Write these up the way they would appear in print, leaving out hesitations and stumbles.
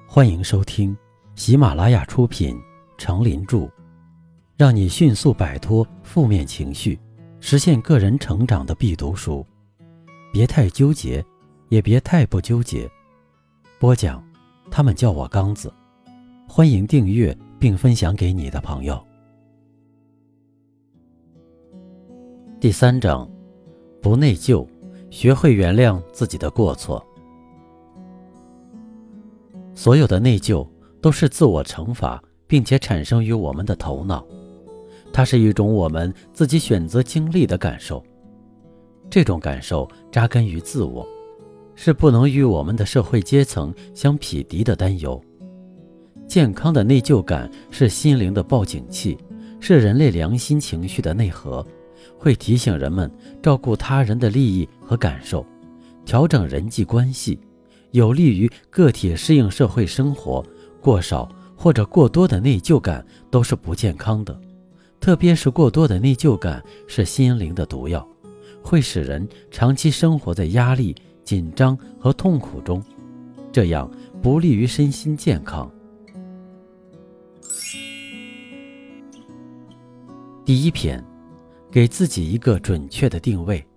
欢迎收听喜马拉雅出品程林著，让你迅速摆脱负面情绪，实现个人成长的必读书。别太纠结，也别太不纠结。播讲，他们叫我刚子。欢迎订阅并分享给你的朋友。第3章，不内疚，学会原谅自己的过错。所有的内疚都是自我惩罚，并且产生于我们的头脑。它是一种我们自己选择经历的感受。这种感受扎根于自我，是不能与我们的社会阶层相匹敌的担忧。健康的内疚感是心灵的报警器，是人类良心情绪的内核，会提醒人们照顾他人的利益和感受，调整人际关系，有利于个体适应社会生活。过少或者过多的内疚感都是不健康的，特别是过多的内疚感是心灵的毒药，会使人长期生活在压力、紧张和痛苦中，这样不利于身心健康。第一篇，给自己一个准确的定位。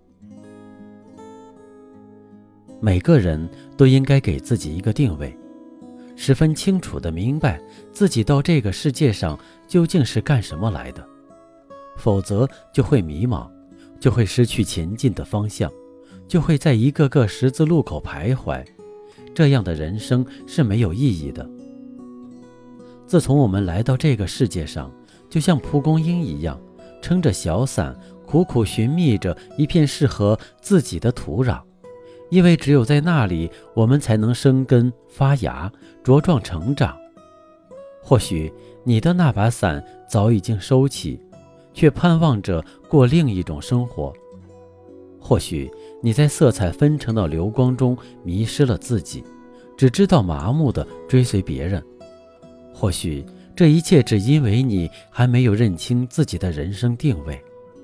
每个人都应该给自己一个定位，十分清楚地明白自己到这个世界上究竟是干什么来的，否则就会迷茫，就会失去前进的方向，就会在一个个十字路口徘徊，这样的人生是没有意义的。自从我们来到这个世界上，就像蒲公英一样，撑着小伞，苦苦寻觅着一片适合自己的土壤，因为只有在那里，我们才能生根发芽，茁壮成长。或许你的那把伞早已经收起，却盼望着过另一种生活。或许你在色彩纷呈的流光中迷失了自己，只知道麻木地追随别人。或许这一切只因为你还没有认清自己的人生定位。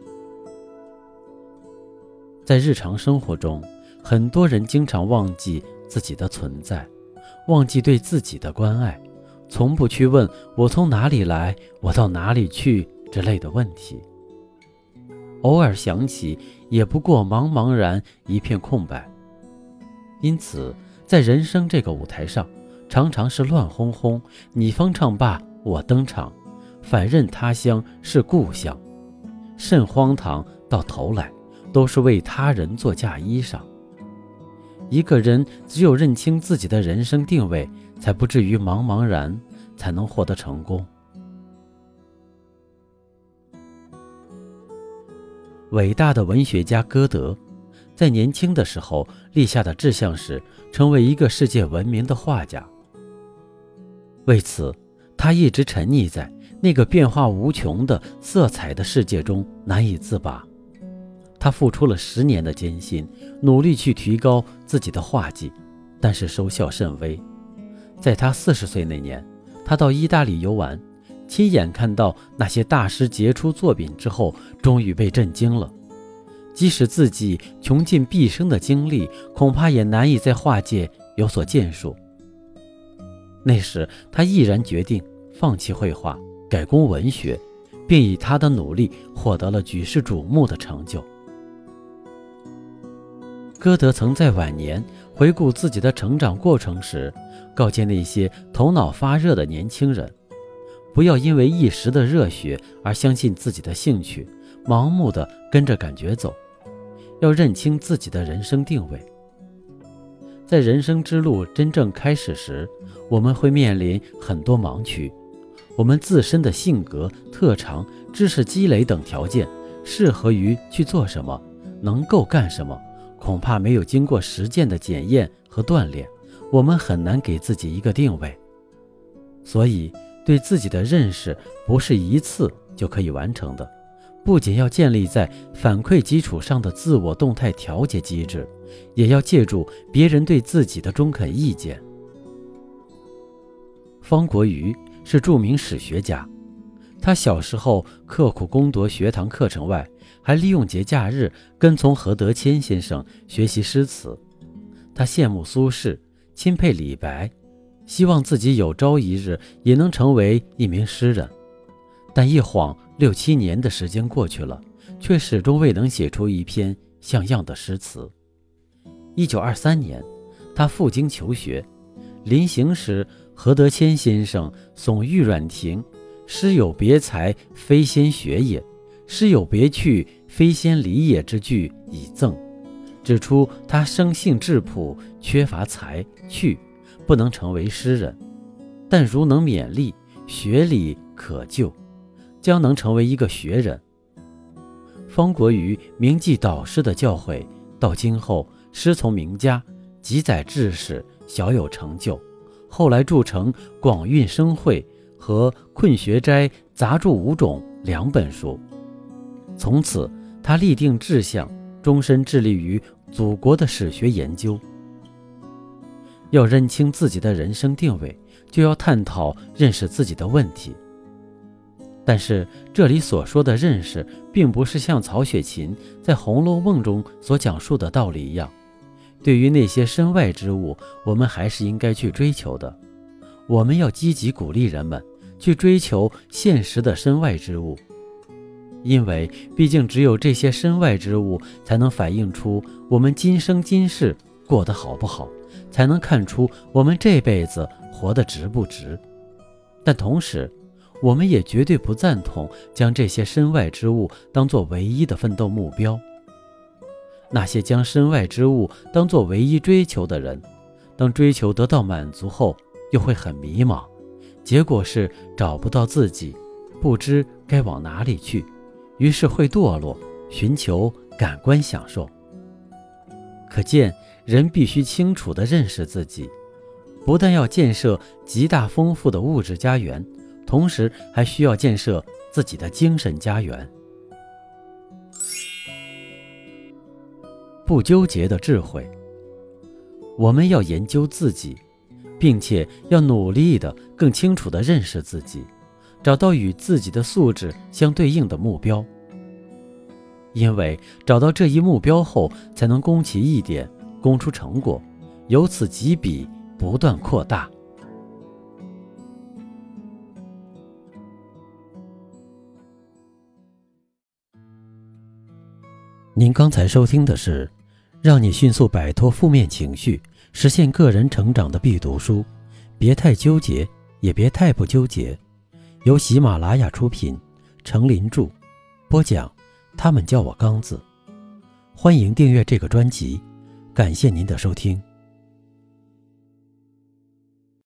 在日常生活中，很多人经常忘记自己的存在，忘记对自己的关爱，从不去问我从哪里来，我到哪里去之类的问题。偶尔想起，也不过茫茫然一片空白。因此，在人生这个舞台上，常常是乱哄哄，你方唱罢我登场，反认他乡是故乡，甚荒唐，到头来都是为他人做嫁衣裳。一个人只有认清自己的人生定位，才不至于茫茫然，才能获得成功。伟大的文学家歌德，在年轻的时候立下的志向是成为一个世界闻名的画家。为此，他一直沉溺在那个变化无穷的色彩的世界中难以自拔。他付出了10年的艰辛，努力去提高自己的画技，但是收效甚微。在他40岁那年，他到意大利游玩，亲眼看到那些大师杰出作品之后，终于被震惊了。即使自己穷尽毕生的精力，恐怕也难以在画界有所建树。那时他毅然决定放弃绘画，改攻文学，并以他的努力获得了举世瞩目的成就。歌德曾在晚年回顾自己的成长过程时，告诫那些头脑发热的年轻人，不要因为一时的热血而相信自己的兴趣，盲目地跟着感觉走，要认清自己的人生定位。在人生之路真正开始时，我们会面临很多盲区，我们自身的性格、特长、知识积累等条件，适合于去做什么，能够干什么，恐怕没有经过实践的检验和锻炼，我们很难给自己一个定位。所以，对自己的认识不是一次就可以完成的，不仅要建立在反馈基础上的自我动态调节机制，也要借助别人对自己的中肯意见。方国瑜是著名史学家，他小时候刻苦攻读学堂课程外，还利用节假日跟从何德谦先生学习诗词。他羡慕苏轼，钦佩李白， 希望自己有朝一日也能成为一名诗人，但一晃6、7年的时间过去了，却始终未能写出一篇像样的诗词。1923年，他赴京求学，临行时，何德谦先生颂玉软亭：“诗有别才，非先学也；诗有别趣，非先理也”之句以赠，指出他生性质朴，缺乏才趣，不能成为诗人，但如能勉励，学理可就，将能成为一个学人。方国瑜铭记导师的教诲，到今后师从名家，集载志士，小有成就，后来著成《广韵生会》和《困学斋杂著5种》2本书。从此他立定志向，终身致力于祖国的史学研究。要认清自己的人生定位，就要探讨认识自己的问题。但是这里所说的认识，并不是像曹雪芹在《红楼梦》中所讲述的道理一样，对于那些身外之物，我们还是应该去追求的。我们要积极鼓励人们去追求现实的身外之物，因为毕竟只有这些身外之物，才能反映出我们今生今世过得好不好，才能看出我们这辈子活得值不值。但同时，我们也绝对不赞同将这些身外之物当作唯一的奋斗目标。那些将身外之物当作唯一追求的人，当追求得到满足后，又会很迷茫，结果是找不到自己，不知该往哪里去，于是会堕落，寻求感官享受。可见，人必须清楚地认识自己，不但要建设极大丰富的物质家园，同时还需要建设自己的精神家园。不纠结的智慧，我们要研究自己，并且要努力地更清楚地认识自己，找到与自己的素质相对应的目标。因为找到这一目标后，才能攻其一点，攻出成果，由此及彼，不断扩大。您刚才收听的是让你迅速摆脱负面情绪，实现个人成长的必读书，别太纠结，也别太不纠结。由喜马拉雅出品，程林著，播讲，他们叫我刚子。欢迎订阅这个专辑，感谢您的收听。